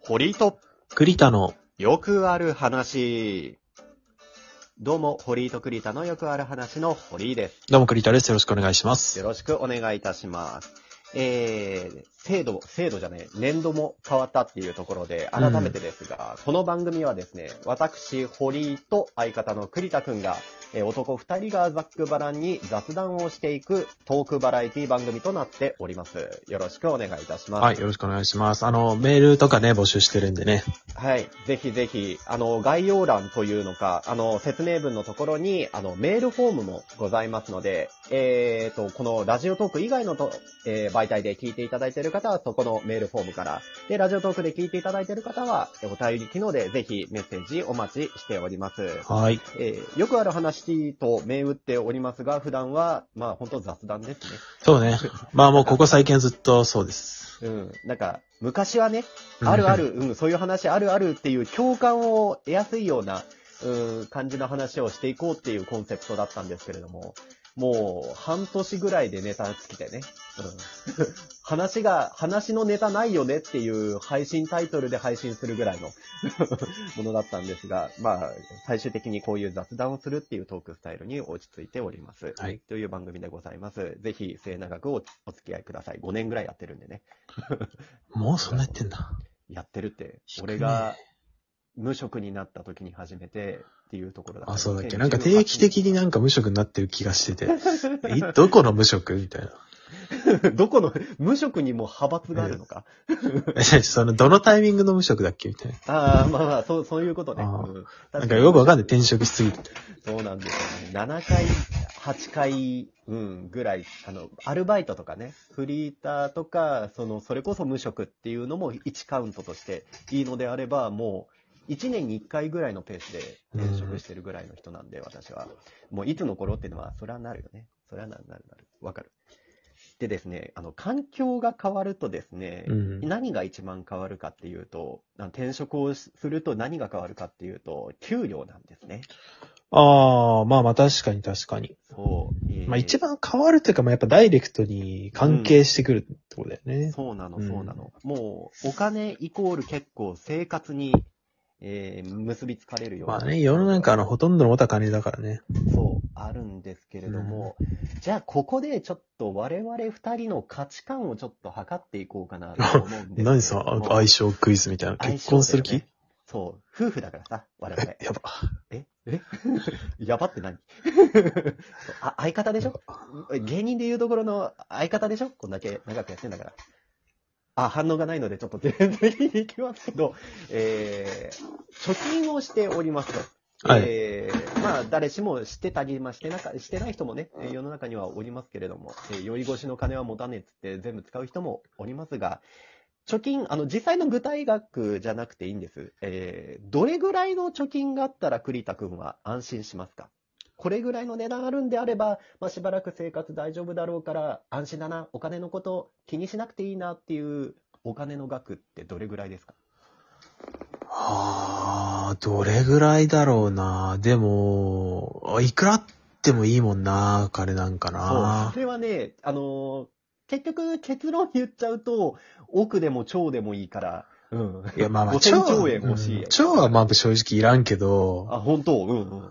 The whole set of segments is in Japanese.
堀井と栗田のよくある話。どうも、堀井と栗田のよくある話の堀井です。 どうも栗田です。よろしくお願いします。 よろしくお願いいたします。制度じゃねえ、年度も変わったっていうところで、改めてですが、この番組はですね、私、堀井と相方の栗田くんが、男二人がざっくばらんに雑談をしていくトークバラエティ番組となっております。よろしくお願いいたします。 はい、よろしくお願いします。メールとかね、募集してるんでね。 はい。ぜひぜひ、概要欄というのか、説明文のところに、メールフォームもございますので、このラジオトーク以外の媒体で聞いていただいている方は、そこのメールフォームから、で、ラジオトークで聞いていただいている方は、お便り機能でぜひメッセージお待ちしております。 はい。 よくある話と銘打っておりますが、普段は、まあ、本当雑談ですね。 そうね。まあもうここ最近はずっとそうです。 なんか、昔はね、あるある、そういう話あるあるっていう共感を得やすいような、感じの話をしていこうっていうコンセプトだったんですけれども、もう半年ぐらいでネタ尽きてね、話のネタないよねっていう配信タイトルで配信するぐらいのものだったんですが、まあ、最終的にこういう雑談をするっていうトークスタイルに落ち着いております。 はい。 という番組でございます。ぜひ末永くお付き合いください。5年ぐらいやってるんでね。 もうそんなやってんだ。 やってるって、 低いね俺が無職になった時に始めてっていうところだった。 あ、そうだっけ。なんか定期的になんか無職になってる気がしてて。どこの無職みたいな。 どこの、無職にも派閥があるのか。 どのタイミングの無職だっけみたいな。 ああ、まあまあ、そういうことね。 なんかよくわかんない。転職しすぎて。 そうなんですよね。7回、8回、ぐらい、アルバイトとかね、フリーターとか、それこそ無職っていうのも1カウントとしていいのであれば、もう、1年に1回ぐらいのペースで転職してるぐらいの人なんで、私は。もういつの頃っていうのは、それはなるよね。それはなる。わかる。でですね、環境が変わるとですね、何が一番変わるかっていうと、転職をすると何が変わるかっていうと、給料なんですね。 ああ、まあ確かに。 そう。 まあ一番変わるというか、まあやっぱダイレクトに関係してくるってことだよね。 そうなの。もう、お金イコール結構生活に、結びつかれるような。 まあね、世の中のほとんどのことは金だからね。 そう、あるんですけれども、じゃあここでちょっと我々二人の価値観をちょっと測っていこうかなと思うんですけれども。 何その相性クイズみたいな。結婚する気、 ね、そう、夫婦だからさ、我々。 やば。 やばって何相方でしょ？芸人でいうところの相方でしょ？こんだけ長くやってんだから。反応がないので、ちょっと次に行きますけど、貯金をしておりますと。 はい。 まあ、誰しも知ってたり、まあ、してない人もね、世の中にはおりますけれども、酔い越しの金は持たねえっつって全部使う人もおりますが、貯金、実際の具体額じゃなくていいんです。どれぐらいの貯金があったら栗田くんは安心しますか？これぐらいの値段あるんであれば、まあ、しばらく生活大丈夫だろうから安心だな、お金のこと気にしなくていいなっていうお金の額ってどれぐらいですか？ どれぐらいだろうな。でも、いくらあってもいいもんな、彼なんかな。 そう、それはね、結局結論言っちゃうと、億でも超でもいいから、 いや、まあまあ、 5000兆円欲しい。 超はまあ正直いらんけど。 本当？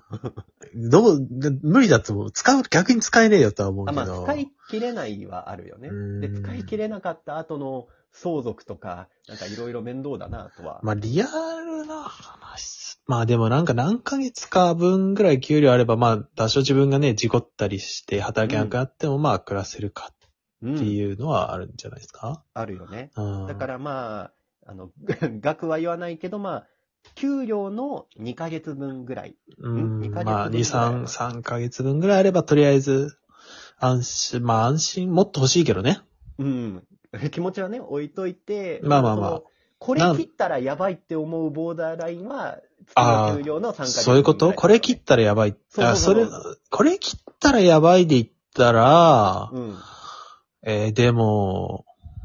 無理だと逆に使えねえよとは思うけど。 まあ、使い切れないはあるよね。で、使い切れなかった後の相続とか、なんかいろいろ面倒だなとは。 まあ、リアルな話。まあでもなんか何ヶ月か分ぐらい給料あれば、まあ、多少自分がね、事故ったりして働けなくなっても、まあ、暮らせるかっていうのはあるんじゃないですか？ あるよね。だからまあ、額は言わないけど、まあ、給料の2ヶ月分ぐらい。 2ヶ月分まあ、2、3ヶ月分ぐらいあれば、とりあえず、安心、もっと欲しいけどね。 気持ちはね、置いといて、 まあ。 これ切ったらやばいって思うボーダーラインは、月の給料の3ヶ月分。 そういうこと？これ切ったらやばい。これ切ったらやばいで言ったら、でも、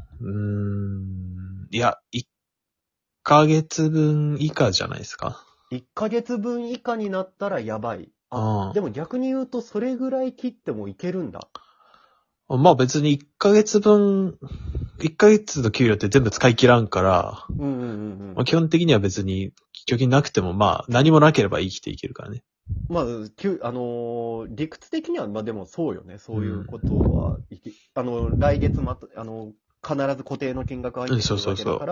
いや、1ヶ月分以下じゃないですか。 1ヶ月分以下になったらやばい。でも逆に言うとそれぐらい切ってもいけるんだ。 まあ別に1ヶ月分 1ヶ月の給料って全部使い切らんから、 うんうんうんうんまあ、基本的には別に貯金なくてもまあ何もなければ生きていけるからね。 まあ、理屈的には、まあでもそうよね。そういうことは、来月また、必ず固定の金額が入ってくるわけだから、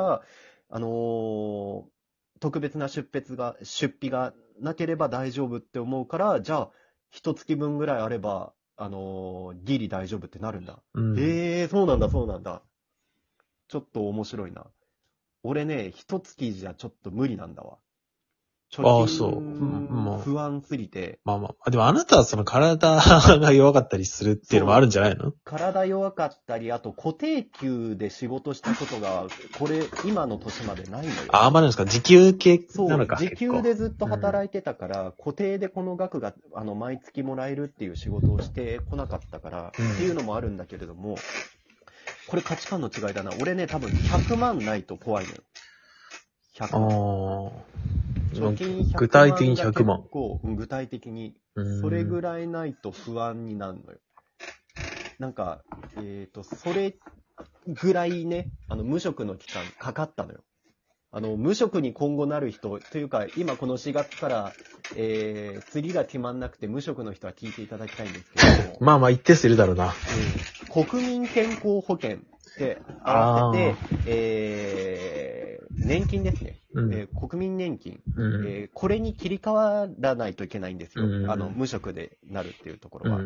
特別な出費がなければ大丈夫って思うから、じゃあ、一月分ぐらいあれば、ギリ大丈夫ってなるんだ。 うん。 そうなんだ、そうなんだ。ちょっと面白いな。俺ね、一月じゃちょっと無理なんだわ。貯ああ、そう。 金不安すぎて、 まあまあ。でもあなたはその体が弱かったりするっていうのもあるんじゃないの？ 体弱かったり、あと固定給で仕事したことが、今の年までないのよ。 ああ、まあなんですか。時給系そうなのか。 時給でずっと働いてたから、固定でこの額が、毎月もらえるっていう仕事をしてこなかったから、っていうのもあるんだけれども、これ価値観の違いだな。俺ね、多分100万ないと怖いのよ。100万。貯金100万具体的に100万。 結構、具体的に、それぐらいないと不安になるのよ。なんか、それぐらいね、無職の期間かかったのよ。無職に今後なる人、というか、今この4月から、次が決まんなくて無職の人は聞いていただきたいんですけれども。 まあまあ一定数いるだろうな。 国民健康保険って合わせて、年金ですね。国民年金、これに切り替わらないといけないんですよ。無職でなるっていうところは。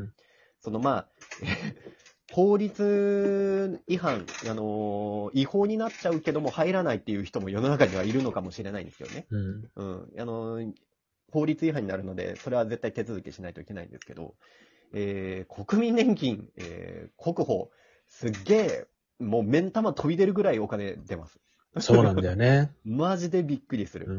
法律違反、違法になっちゃうけども入らないっていう人も世の中にはいるのかもしれないんですよね。法律違反になるので、それは絶対手続きしないといけないんですけど、国民年金、国保、すっげえ、もう目ん玉飛び出るぐらいお金出ます。 そうなんだよね。 マジでびっくりする。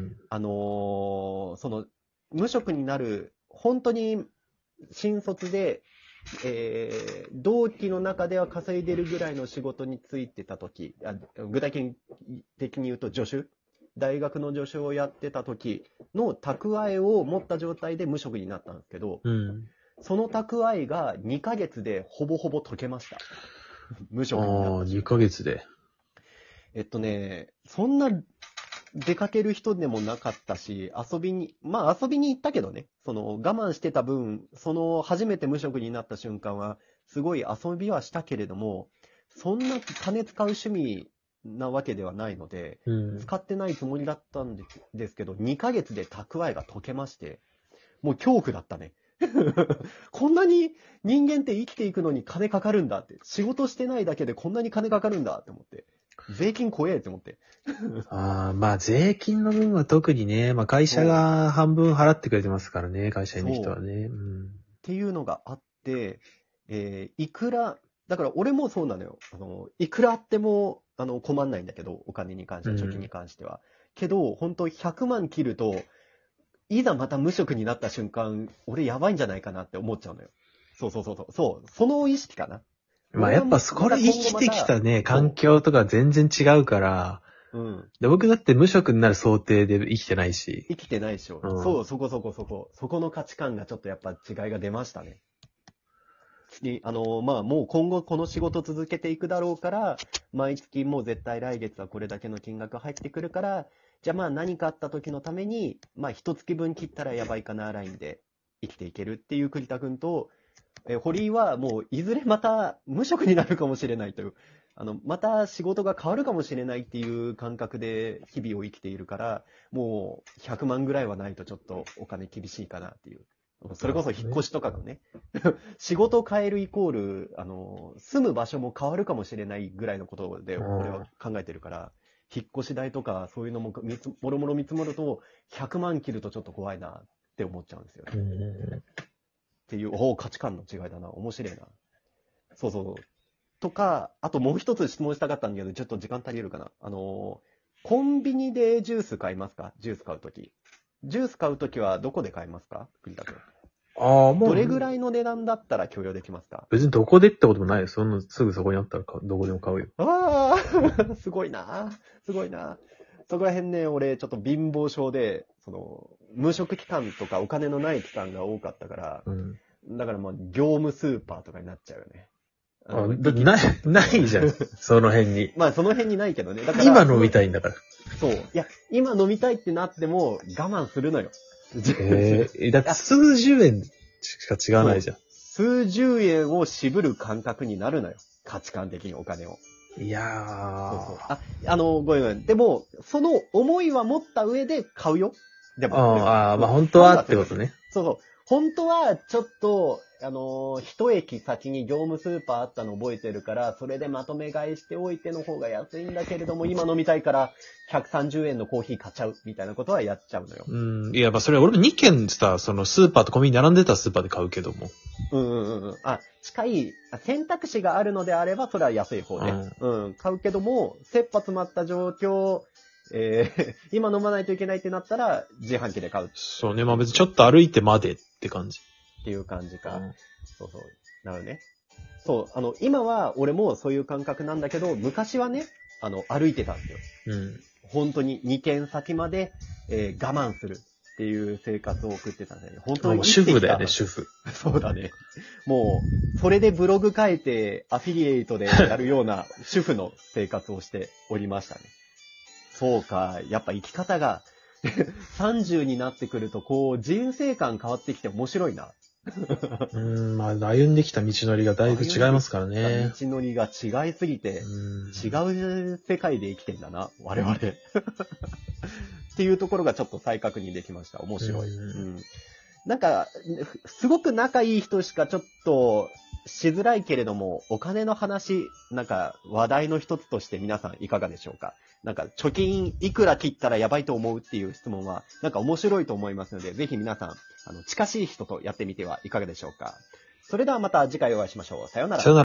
無職になる、本当に新卒で、同期の中では稼いでるぐらいの仕事に就いてたとき、具体的に言うと助手、大学の助手をやってた時の蓄えを持った状態で無職になったんですけど、その蓄えが2ヶ月でほぼほぼ解けました。無職になった。 2ヶ月で。 そんな出かける人でもなかったし、遊びに行ったけどね、我慢してた分、初めて無職になった瞬間は、すごい遊びはしたけれども、そんな金使う趣味なわけではないので、使ってないつもりだったんですけど、2ヶ月で蓄えが解けまして、もう恐怖だったね。こんなに人間って生きていくのに金かかるんだって、仕事してないだけでこんなに金かかるんだって思って、税金怖えって思って。 まあ税金の分は特にね、まあ会社が半分払ってくれてますからね、会社員の人はね。 っていうのがあって、だから俺もそうなのよ。いくらあっても困んないんだけど、お金に関しては、貯金に関しては。けど、本当100万切ると、いざまた無職になった瞬間、俺やばいんじゃないかなって思っちゃうのよ。そう、その意識かな。 まあやっぱこれ生きてきたね、環境とか全然違うから、で僕だって無職になる想定で生きてないし。 生きてないでしょ。そう、そこの価値観がちょっとやっぱ違いが出ましたね。もう今後この仕事続けていくだろうから、毎月もう絶対来月はこれだけの金額入ってくるから、じゃあ何かあった時のために、一月分切ったらやばいかなラインで生きていけるっていう栗田くんと、堀井はもういずれまた無職になるかもしれないという、また仕事が変わるかもしれないっていう感覚で日々を生きているから、もう100万ぐらいはないとちょっとお金厳しいかなっていう。それこそ引っ越しとかのね、仕事を変えるイコール、住む場所も変わるかもしれないぐらいのことで俺は考えてるから、引っ越し代とかそういうのももろもろ見積もると、100万切るとちょっと怖いなって思っちゃうんですよね。っていう、価値観の違いだな。面白いな。そう。とか、あともう一つ質問したかったんだけど、ちょっと時間足りるかな。コンビニでジュース買いますか？ジュース買うとき。ジュース買うときはどこで買いますか？栗田君。 もう。 どれぐらいの値段だったら許容できますか？ 別にどこでってこともないよ。すぐそこにあったらどこでも買うよ。 すごいな。そこら辺ね、俺ちょっと貧乏症で、無職期間とかお金のない期間が多かったから、だから業務スーパーとかになっちゃうよね。 ないじゃん。その辺に。 まあその辺にないけどね。だから今飲みたいんだから。 そう。いや、今飲みたいってなっても我慢するのよ。 だって数十円しか違わないじゃん。 数十円を渋る感覚になるのよ。価値観的にお金を。 いやー。 そうそう。ごめんごめん。でも、その思いは持った上で買うよ。でも。 まあ本当はってことね。 そうそう。本当は、ちょっと、一駅先に業務スーパーあったの覚えてるから、それでまとめ買いしておいての方が安いんだけれども、今飲みたいから130円のコーヒー買っちゃう、みたいなことはやっちゃうのよ。 いや、まあそれ俺も2軒さ、そのスーパーとコンビニ並んでたスーパーで買うけども。 近い、選択肢があるのであれば、それは安い方で。買うけども、切羽詰まった状況、今飲まないといけないってなったら、自販機で買う。 そうね。まあ別にちょっと歩いてまでって感じ。 っていう感じか。そうそう。なるね。そう、今は俺もそういう感覚なんだけど、昔はね、歩いてたんですよ。本当に2軒先まで、我慢するっていう生活を送ってたんだよね。本当に。 主婦だよね、主婦。 そうだね。もう、それでブログ書いて、アフィリエイトでやるような主婦の生活をしておりましたね。そうか、やっぱ生き方が30になってくると、こう、人生観変わってきて面白いな。 まあ、歩んできた道のりがだいぶ違いますからね。 道のりが違いすぎて、違う世界で生きてんだな、我々。っていうところがちょっと再確認できました。面白い。なんか、すごく仲いい人しかちょっとしづらいけれども、お金の話、なんか話題の一つとして皆さんいかがでしょうか？なんか貯金いくら切ったらやばいと思うっていう質問は、なんか面白いと思いますので、ぜひ皆さん、近しい人とやってみてはいかがでしょうか？それではまた次回お会いしましょう。さようなら。